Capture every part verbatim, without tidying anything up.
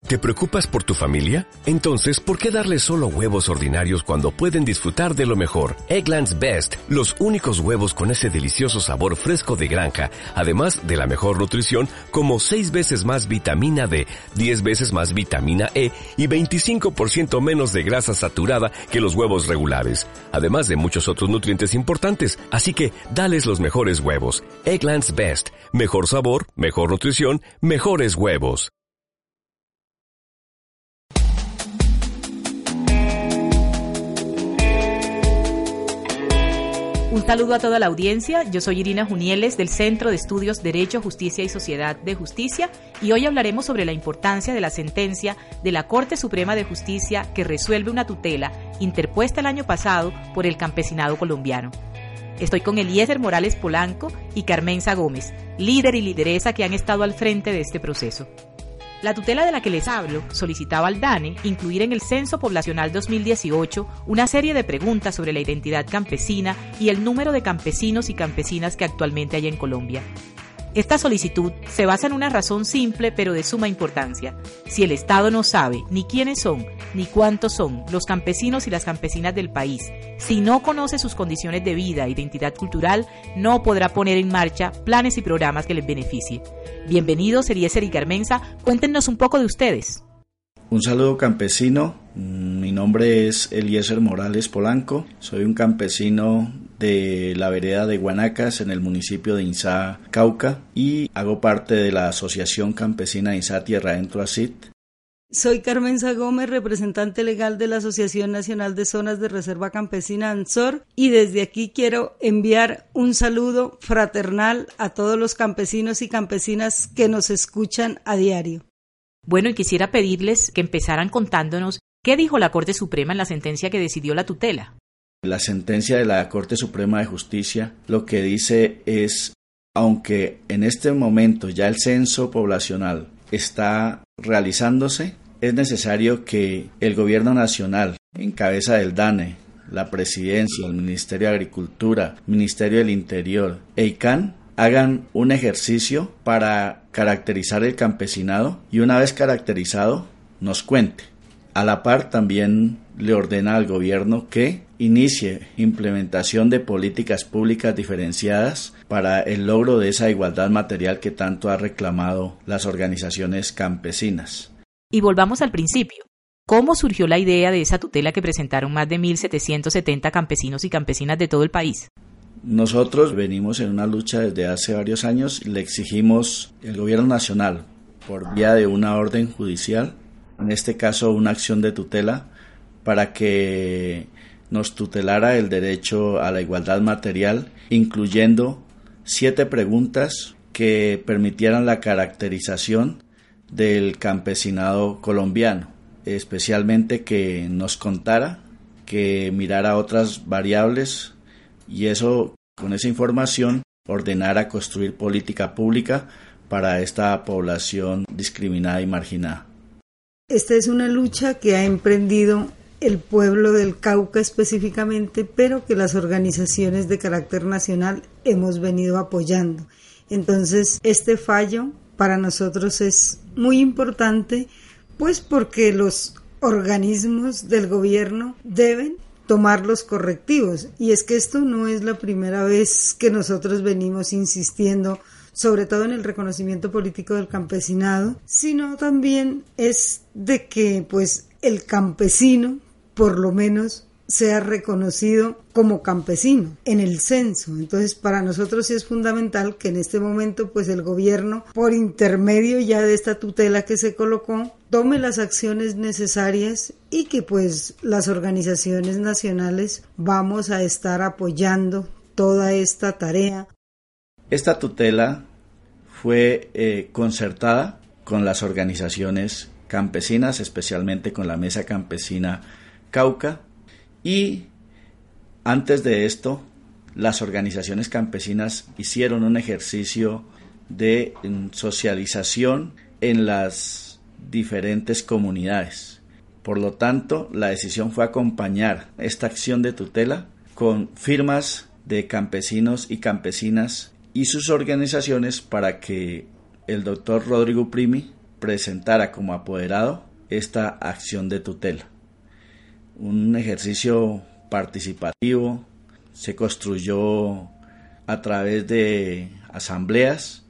¿Te preocupas por tu familia? Entonces, ¿por qué darles solo huevos ordinarios cuando pueden disfrutar de lo mejor? Eggland's Best, los únicos huevos con ese delicioso sabor fresco de granja, además de la mejor nutrición, como seis veces más vitamina D, diez veces más vitamina E y veinticinco por ciento menos de grasa saturada que los huevos regulares, además de muchos otros nutrientes importantes. Así que, dales los mejores huevos. Eggland's Best, mejor sabor, mejor nutrición, mejores huevos. Un saludo a toda la audiencia, yo soy Irina Junieles del Centro de Estudios Derecho, Justicia y Sociedad de Justicia y hoy hablaremos sobre la importancia de la sentencia de la Corte Suprema de Justicia que resuelve una tutela interpuesta el año pasado por el campesinado colombiano. Estoy con Eliezer Morales Polanco y Carmenza Gómez, líder y lideresa que han estado al frente de este proceso. La tutela de la que les hablo solicitaba al DANE incluir en el Censo Poblacional dos mil dieciocho una serie de preguntas sobre la identidad campesina y el número de campesinos y campesinas que actualmente hay en Colombia. Esta solicitud se basa en una razón simple pero de suma importancia. Si el Estado no sabe ni quiénes son ni cuántos son los campesinos y las campesinas del país, si no conoce sus condiciones de vida e identidad cultural, no podrá poner en marcha planes y programas que les beneficien. Bienvenidos, Eliezer y Carmenza, cuéntenos un poco de ustedes. Un saludo campesino, mi nombre es Eliezer Morales Polanco, soy un campesino de la vereda de Guanacas en el municipio de Inzá, Cauca, y hago parte de la Asociación Campesina Inzá Tierra Adentro A S I T. Soy Carmenza Gómez, representante legal de la Asociación Nacional de Zonas de Reserva Campesina ANZOR, y desde aquí quiero enviar un saludo fraternal a todos los campesinos y campesinas que nos escuchan a diario. Bueno, y quisiera pedirles que empezaran contándonos qué dijo la Corte Suprema en la sentencia que decidió la tutela. La sentencia de la Corte Suprema de Justicia lo que dice es, aunque en este momento ya el censo poblacional está realizándose, es necesario que el Gobierno Nacional, en cabeza del DANE, la Presidencia, el Ministerio de Agricultura, Ministerio del Interior e ICANN, hagan un ejercicio para caracterizar el campesinado y una vez caracterizado, nos cuente. A la par también le ordena al gobierno que inicie implementación de políticas públicas diferenciadas para el logro de esa igualdad material que tanto ha reclamado las organizaciones campesinas. Y volvamos al principio. ¿Cómo surgió la idea de esa tutela que presentaron más de mil setecientos setenta campesinos y campesinas de todo el país? Nosotros venimos en una lucha desde hace varios años, le exigimos al gobierno nacional, por vía de una orden judicial, en este caso una acción de tutela, para que nos tutelara el derecho a la igualdad material, incluyendo siete preguntas que permitieran la caracterización del campesinado colombiano, especialmente que nos contara, que mirara otras variables y eso, con esa información, ordenara construir política pública para esta población discriminada y marginada. Esta es una lucha que ha emprendido el pueblo del Cauca específicamente, pero que las organizaciones de carácter nacional hemos venido apoyando. Entonces, este fallo para nosotros es muy importante, pues porque los organismos del gobierno deben tomar los correctivos, y es que esto no es la primera vez que nosotros venimos insistiendo sobre todo en el reconocimiento político del campesinado, sino también es de que pues el campesino por lo menos sea reconocido como campesino en el censo. Entonces para nosotros sí es fundamental que en este momento pues el gobierno, por intermedio ya de esta tutela que se colocó, tome las acciones necesarias y que pues las organizaciones nacionales vamos a estar apoyando toda esta tarea. Esta tutela fue eh, concertada con las organizaciones campesinas, especialmente con la Mesa Campesina Cauca, y antes de esto las organizaciones campesinas hicieron un ejercicio de socialización en las diferentes comunidades. Por lo tanto, la decisión fue acompañar esta acción de tutela con firmas de campesinos y campesinas y sus organizaciones para que el doctor Rodrigo Primi presentara como apoderado esta acción de tutela. Un ejercicio participativo, se construyó a través de asambleas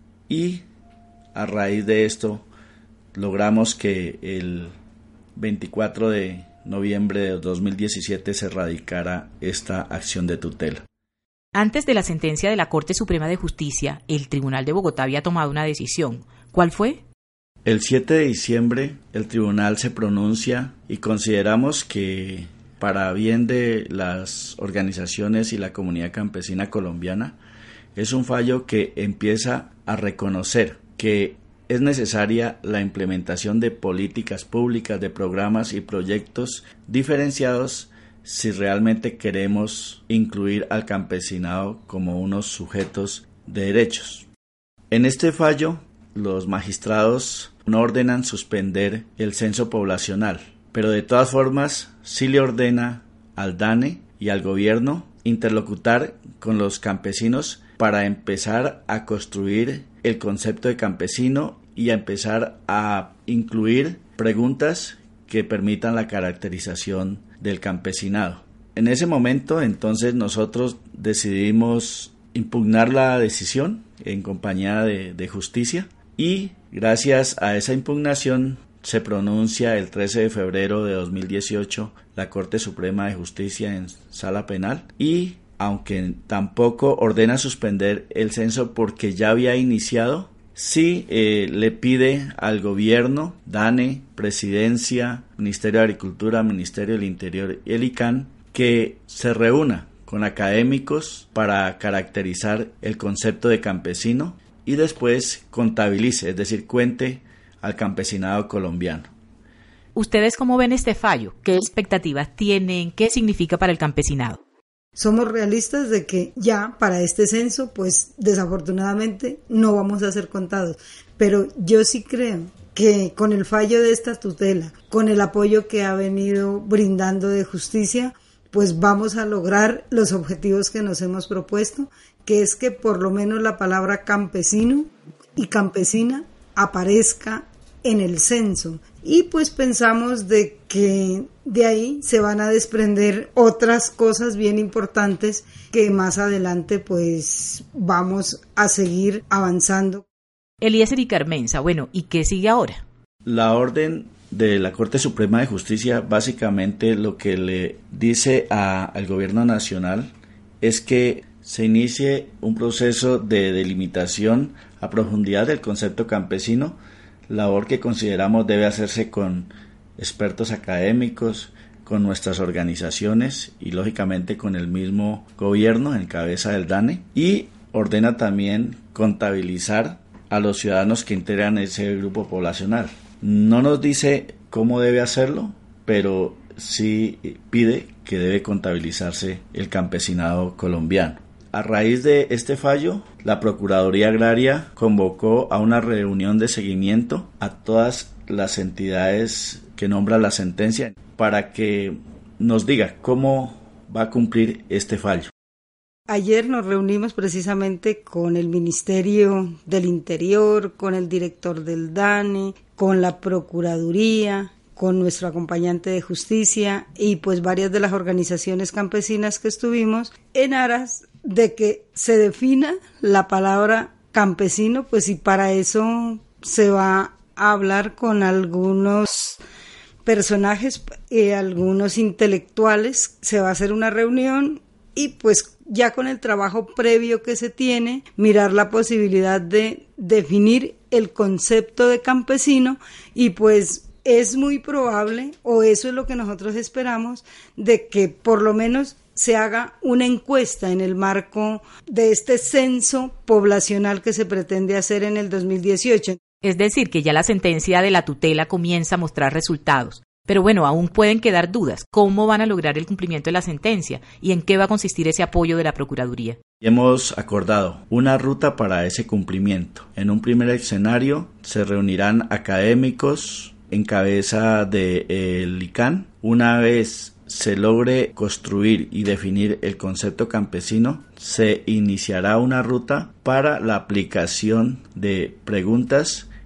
y a raíz de esto logramos que el veinticuatro de noviembre de dos mil diecisiete se radicara esta acción de tutela. Antes de la sentencia de la Corte Suprema de Justicia, el Tribunal de Bogotá había tomado una decisión. ¿Cuál fue? El siete de diciembre el tribunal se pronuncia y consideramos que para bien de las organizaciones y la comunidad campesina colombiana es un fallo que empieza a reconocer que es necesaria la implementación de políticas públicas, de programas y proyectos diferenciados si realmente queremos incluir al campesinado como unos sujetos de derechos. En este fallo, los magistrados no ordenan suspender el censo poblacional, pero de todas formas sí le ordena al DANE y al gobierno interlocutar con los campesinos para empezar a construir el concepto de campesino y a empezar a incluir preguntas que permitan la caracterización del campesinado. En ese momento, entonces, nosotros decidimos impugnar la decisión en compañía de, de justicia y gracias a esa impugnación se pronuncia el trece de febrero de dos mil dieciocho la Corte Suprema de Justicia en Sala Penal y aunque tampoco ordena suspender el censo porque ya había iniciado, sí eh, le pide al gobierno, DANE, Presidencia, Ministerio de Agricultura, Ministerio del Interior y el I C A N que se reúna con académicos para caracterizar el concepto de campesino y después contabilice, es decir, cuente al campesinado colombiano. ¿Ustedes cómo ven este fallo? ¿Qué expectativas tienen? ¿Qué significa para el campesinado? Somos realistas de que ya para este censo, pues desafortunadamente no vamos a ser contados, pero yo sí creo que con el fallo de esta tutela, con el apoyo que ha venido brindando de justicia, pues vamos a lograr los objetivos que nos hemos propuesto, que es que por lo menos la palabra campesino y campesina aparezca en el censo. Y pues pensamos de que de ahí se van a desprender otras cosas bien importantes que más adelante pues vamos a seguir avanzando. Eliezer y Carmenza, bueno, ¿y qué sigue ahora? La orden de la Corte Suprema de Justicia básicamente lo que le dice a, al gobierno nacional es que se inicie un proceso de delimitación a profundidad del concepto campesino, labor que consideramos debe hacerse con expertos académicos, con nuestras organizaciones y lógicamente con el mismo gobierno en cabeza del DANE, y ordena también contabilizar a los ciudadanos que integran ese grupo poblacional. No nos dice cómo debe hacerlo, pero sí pide que debe contabilizarse el campesinado colombiano. A raíz de este fallo, la Procuraduría Agraria convocó a una reunión de seguimiento a todas las entidades que nombra la sentencia para que nos diga cómo va a cumplir este fallo. Ayer nos reunimos precisamente con el Ministerio del Interior, con el director del DANE, con la Procuraduría, con nuestro acompañante de justicia y pues varias de las organizaciones campesinas que estuvimos en aras de que se defina la palabra campesino, pues y para eso se va a hablar con algunos personajes, eh, algunos intelectuales, se va a hacer una reunión y pues ya con el trabajo previo que se tiene, mirar la posibilidad de definir el concepto de campesino y pues es muy probable, o eso es lo que nosotros esperamos, de que por lo menos se haga una encuesta en el marco de este censo poblacional que se pretende hacer en el dos mil dieciocho. Es decir, que ya la sentencia de la tutela comienza a mostrar resultados. Pero bueno, aún pueden quedar dudas. ¿Cómo van a lograr el cumplimiento de la sentencia? ¿Y en qué va a consistir ese apoyo de la Procuraduría? Hemos acordado una ruta para ese cumplimiento. En un primer escenario se reunirán académicos en cabeza del I C A N. Una vez se logre construir y definir el concepto campesino, se iniciará una ruta para la aplicación de preguntas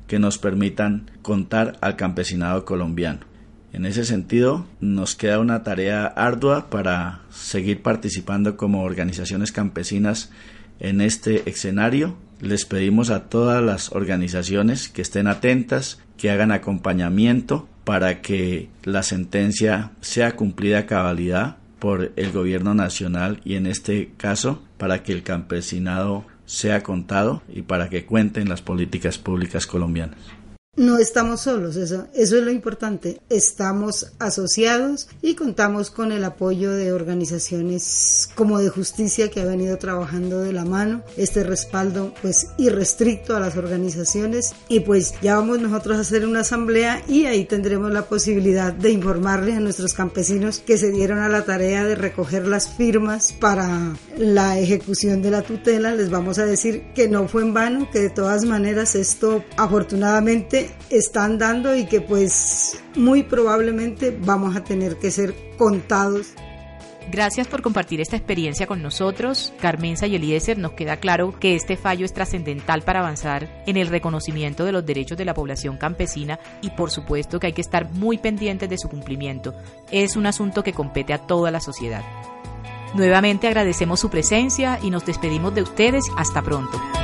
que nos permitan contar al campesinado colombiano. En ese sentido, nos queda una tarea ardua para seguir participando como organizaciones campesinas en este escenario. Les pedimos a todas las organizaciones que estén atentas, que hagan acompañamiento para que la sentencia sea cumplida a cabalidad por el gobierno nacional y en este caso para que el campesinado sea contado y para que cuenten las políticas públicas colombianas. No estamos solos, eso, eso es lo importante. Estamos asociados y contamos con el apoyo de organizaciones como de justicia que ha venido trabajando de la mano. Este respaldo pues irrestricto a las organizaciones y pues ya vamos nosotros a hacer una asamblea y ahí tendremos la posibilidad de informarles a nuestros campesinos que se dieron a la tarea de recoger las firmas para la ejecución de la tutela. Les vamos a decir que no fue en vano, que de todas maneras esto afortunadamente están dando y que pues muy probablemente vamos a tener que ser contados. Gracias por compartir esta experiencia con nosotros. Carmenza y Eliezer, nos queda claro que este fallo es trascendental para avanzar en el reconocimiento de los derechos de la población campesina y por supuesto que hay que estar muy pendientes de su cumplimiento. Es un asunto que compete a toda la sociedad. Nuevamente agradecemos su presencia y nos despedimos de ustedes. Hasta pronto.